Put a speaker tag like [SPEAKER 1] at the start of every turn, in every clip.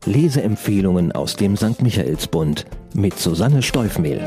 [SPEAKER 1] Leseempfehlungen aus dem St. Michaelsbund mit Susanne Steufmehl.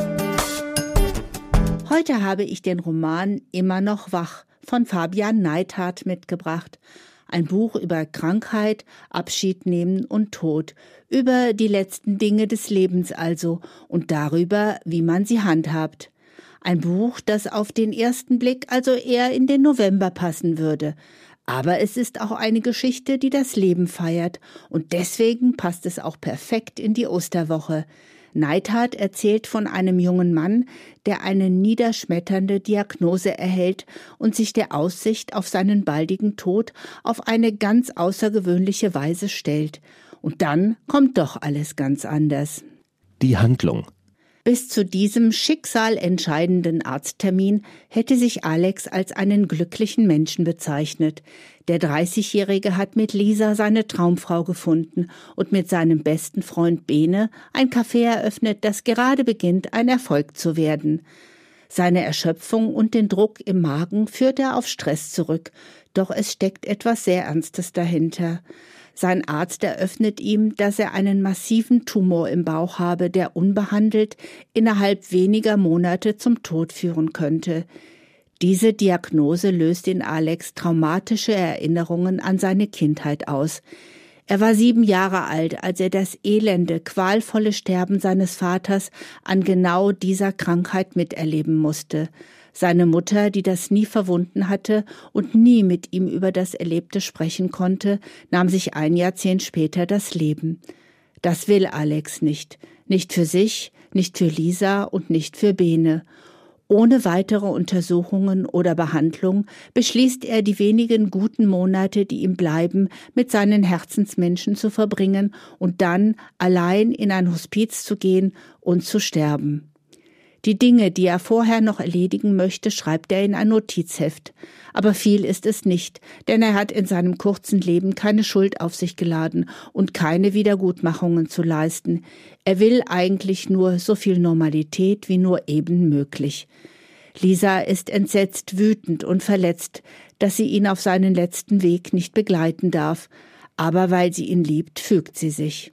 [SPEAKER 2] Heute habe ich den Roman Immer noch wach von Fabian Neithardt mitgebracht. Ein Buch über Krankheit, Abschied nehmen und Tod, über die letzten Dinge des Lebens also und darüber, wie man sie handhabt. Ein Buch, das auf den ersten Blick also eher in den November passen würde. Aber es ist auch eine Geschichte, die das Leben feiert und deswegen passt es auch perfekt in die Osterwoche. Neithardt erzählt von einem jungen Mann, der eine niederschmetternde Diagnose erhält und sich der Aussicht auf seinen baldigen Tod auf eine ganz außergewöhnliche Weise stellt. Und dann kommt doch alles ganz anders.
[SPEAKER 1] Die Handlung.
[SPEAKER 2] Bis zu diesem schicksalentscheidenden Arzttermin hätte sich Alex als einen glücklichen Menschen bezeichnet. Der 30-Jährige hat mit Lisa seine Traumfrau gefunden und mit seinem besten Freund Bene ein Café eröffnet, das gerade beginnt, ein Erfolg zu werden. Seine Erschöpfung und den Druck im Magen führt er auf Stress zurück, doch es steckt etwas sehr Ernstes dahinter. Sein Arzt eröffnet ihm, dass er einen massiven Tumor im Bauch habe, der unbehandelt innerhalb weniger Monate zum Tod führen könnte. Diese Diagnose löst in Alex traumatische Erinnerungen an seine Kindheit aus. Er war 7 Jahre alt, als er das elende, qualvolle Sterben seines Vaters an genau dieser Krankheit miterleben musste. Seine Mutter, die das nie verwunden hatte und nie mit ihm über das Erlebte sprechen konnte, nahm sich ein Jahrzehnt später das Leben. Das will Alex nicht. Nicht für sich, nicht für Lisa und nicht für Bene. Ohne weitere Untersuchungen oder Behandlung beschließt er, die wenigen guten Monate, die ihm bleiben, mit seinen Herzensmenschen zu verbringen und dann allein in ein Hospiz zu gehen und zu sterben. Die Dinge, die er vorher noch erledigen möchte, schreibt er in ein Notizheft. Aber viel ist es nicht, denn er hat in seinem kurzen Leben keine Schuld auf sich geladen und keine Wiedergutmachungen zu leisten. Er will eigentlich nur so viel Normalität wie nur eben möglich. Lisa ist entsetzt, wütend und verletzt, dass sie ihn auf seinen letzten Weg nicht begleiten darf. Aber weil sie ihn liebt, fügt sie sich.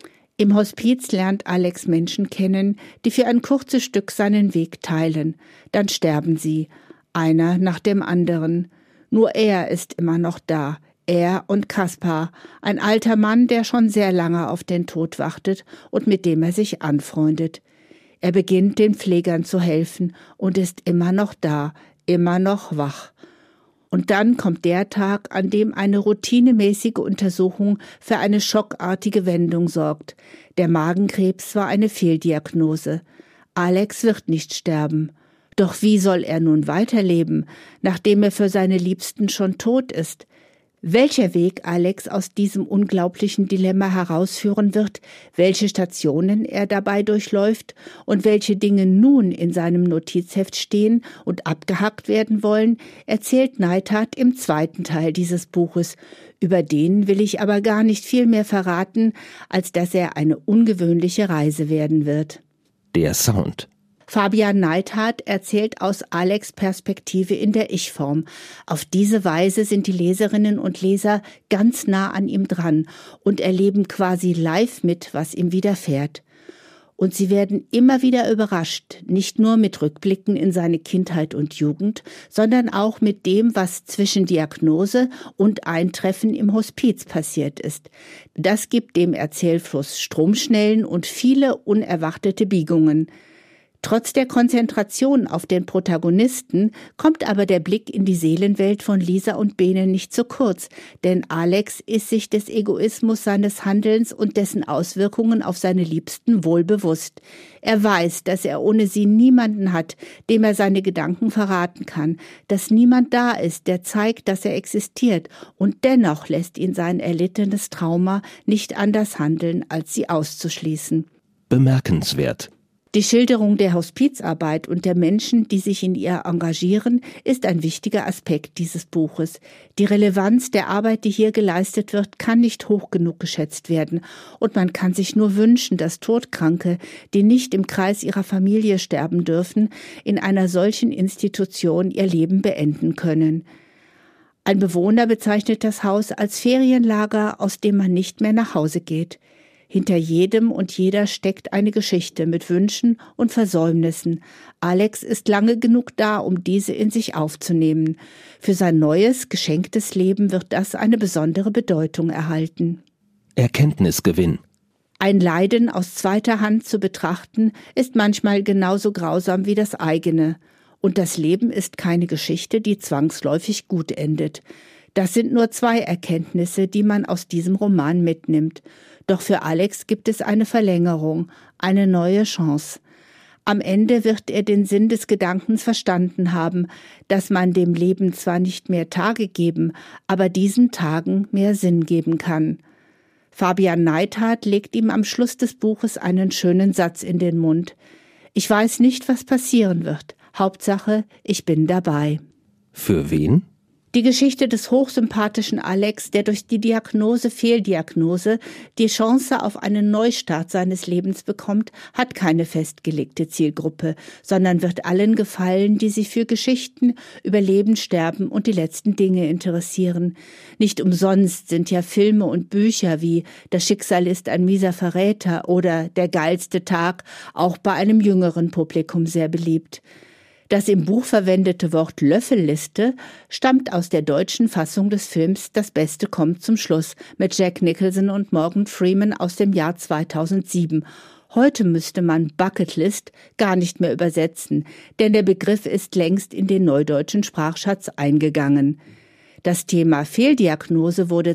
[SPEAKER 2] Im Hospiz lernt Alex Menschen kennen, die für ein kurzes Stück seinen Weg teilen. Dann sterben sie, einer nach dem anderen. Nur er ist immer noch da, er und Kaspar, ein alter Mann, der schon sehr lange auf den Tod wartet und mit dem er sich anfreundet. Er beginnt den Pflegern zu helfen und ist immer noch da, immer noch wach. Und dann kommt der Tag, an dem eine routinemäßige Untersuchung für eine schockartige Wendung sorgt. Der Magenkrebs war eine Fehldiagnose. Alex wird nicht sterben. Doch wie soll er nun weiterleben, nachdem er für seine Liebsten schon tot ist? Welcher Weg Alex aus diesem unglaublichen Dilemma herausführen wird, welche Stationen er dabei durchläuft und welche Dinge nun in seinem Notizheft stehen und abgehakt werden wollen, erzählt Neithardt im 2. Teil dieses Buches. Über den will ich aber gar nicht viel mehr verraten, als dass er eine ungewöhnliche Reise werden wird.
[SPEAKER 1] Der Sound.
[SPEAKER 2] Fabian Neithardt erzählt aus Alex' Perspektive in der Ich-Form. Auf diese Weise sind die Leserinnen und Leser ganz nah an ihm dran und erleben quasi live mit, was ihm widerfährt. Und sie werden immer wieder überrascht, nicht nur mit Rückblicken in seine Kindheit und Jugend, sondern auch mit dem, was zwischen Diagnose und Eintreffen im Hospiz passiert ist. Das gibt dem Erzählfluss Stromschnellen und viele unerwartete Biegungen. Trotz der Konzentration auf den Protagonisten kommt aber der Blick in die Seelenwelt von Lisa und Bene nicht zu kurz, denn Alex ist sich des Egoismus seines Handelns und dessen Auswirkungen auf seine Liebsten wohl bewusst. Er weiß, dass er ohne sie niemanden hat, dem er seine Gedanken verraten kann, dass niemand da ist, der zeigt, dass er existiert, und dennoch lässt ihn sein erlittenes Trauma nicht anders handeln, als sie auszuschließen.
[SPEAKER 1] Bemerkenswert.
[SPEAKER 2] Die Schilderung der Hospizarbeit und der Menschen, die sich in ihr engagieren, ist ein wichtiger Aspekt dieses Buches. Die Relevanz der Arbeit, die hier geleistet wird, kann nicht hoch genug geschätzt werden. Und man kann sich nur wünschen, dass Todkranke, die nicht im Kreis ihrer Familie sterben dürfen, in einer solchen Institution ihr Leben beenden können. Ein Bewohner bezeichnet das Haus als Ferienlager, aus dem man nicht mehr nach Hause geht. Hinter jedem und jeder steckt eine Geschichte mit Wünschen und Versäumnissen. Alex ist lange genug da, um diese in sich aufzunehmen. Für sein neues, geschenktes Leben wird das eine besondere Bedeutung erhalten.
[SPEAKER 1] Erkenntnisgewinn.
[SPEAKER 2] Ein Leiden aus zweiter Hand zu betrachten, ist manchmal genauso grausam wie das eigene. Und das Leben ist keine Geschichte, die zwangsläufig gut endet. Das sind nur 2 Erkenntnisse, die man aus diesem Roman mitnimmt. Doch für Alex gibt es eine Verlängerung, eine neue Chance. Am Ende wird er den Sinn des Gedankens verstanden haben, dass man dem Leben zwar nicht mehr Tage geben, aber diesen Tagen mehr Sinn geben kann. Fabian Neithardt legt ihm am Schluss des Buches einen schönen Satz in den Mund. Ich weiß nicht, was passieren wird. Hauptsache, ich bin dabei.
[SPEAKER 1] Für wen?
[SPEAKER 2] Die Geschichte des hochsympathischen Alex, der durch die Fehldiagnose, die Chance auf einen Neustart seines Lebens bekommt, hat keine festgelegte Zielgruppe, sondern wird allen gefallen, die sich für Geschichten über Leben, Sterben und die letzten Dinge interessieren. Nicht umsonst sind ja Filme und Bücher wie »Das Schicksal ist ein mieser Verräter« oder »Der geilste Tag« auch bei einem jüngeren Publikum sehr beliebt. Das im Buch verwendete Wort Löffelliste stammt aus der deutschen Fassung des Films Das Beste kommt zum Schluss mit Jack Nicholson und Morgan Freeman aus dem Jahr 2007. Heute müsste man Bucketlist gar nicht mehr übersetzen, denn der Begriff ist längst in den neudeutschen Sprachschatz eingegangen. Das Thema Fehldiagnose wurde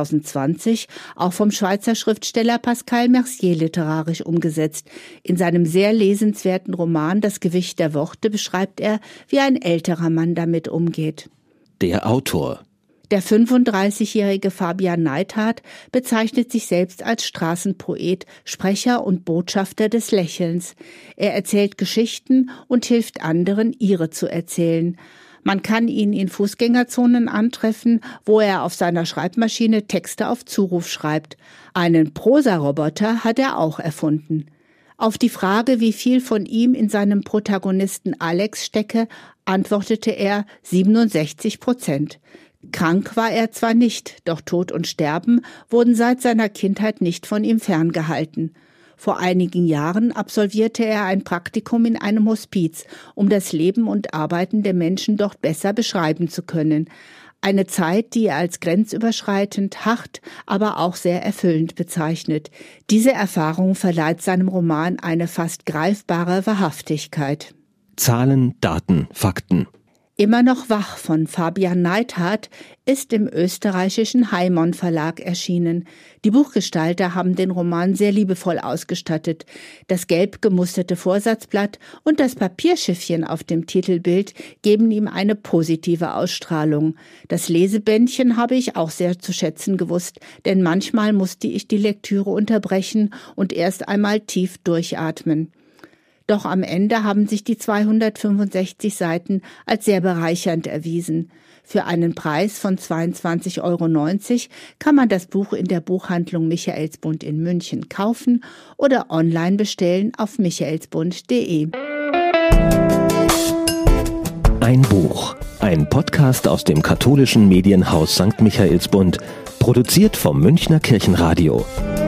[SPEAKER 2] 2020 auch vom Schweizer Schriftsteller Pascal Mercier literarisch umgesetzt. In seinem sehr lesenswerten Roman Das Gewicht der Worte beschreibt er, wie ein älterer Mann damit umgeht.
[SPEAKER 1] Der Autor.
[SPEAKER 2] Der 35-jährige Fabian Neithardt bezeichnet sich selbst als Straßenpoet, Sprecher und Botschafter des Lächelns. Er erzählt Geschichten und hilft anderen, ihre zu erzählen. Man kann ihn in Fußgängerzonen antreffen, wo er auf seiner Schreibmaschine Texte auf Zuruf schreibt. Einen Prosa-Roboter hat er auch erfunden. Auf die Frage, wie viel von ihm in seinem Protagonisten Alex stecke, antwortete er 67%. Krank war er zwar nicht, doch Tod und Sterben wurden seit seiner Kindheit nicht von ihm ferngehalten. Vor einigen Jahren absolvierte er ein Praktikum in einem Hospiz, um das Leben und Arbeiten der Menschen dort besser beschreiben zu können. Eine Zeit, die er als grenzüberschreitend, hart, aber auch sehr erfüllend bezeichnet. Diese Erfahrung verleiht seinem Roman eine fast greifbare Wahrhaftigkeit.
[SPEAKER 1] Zahlen, Daten, Fakten.
[SPEAKER 2] Immer noch wach von Fabian Neithardt ist im österreichischen Heimon Verlag erschienen. Die Buchgestalter haben den Roman sehr liebevoll ausgestattet. Das gelb gemusterte Vorsatzblatt und das Papierschiffchen auf dem Titelbild geben ihm eine positive Ausstrahlung. Das Lesebändchen habe ich auch sehr zu schätzen gewusst, denn manchmal musste ich die Lektüre unterbrechen und erst einmal tief durchatmen. Doch am Ende haben sich die 265 Seiten als sehr bereichernd erwiesen. Für einen Preis von 22,90 € kann man das Buch in der Buchhandlung Michaelsbund in München kaufen oder online bestellen auf michaelsbund.de.
[SPEAKER 1] Ein Buch, ein Podcast aus dem katholischen Medienhaus St. Michaelsbund, produziert vom Münchner Kirchenradio.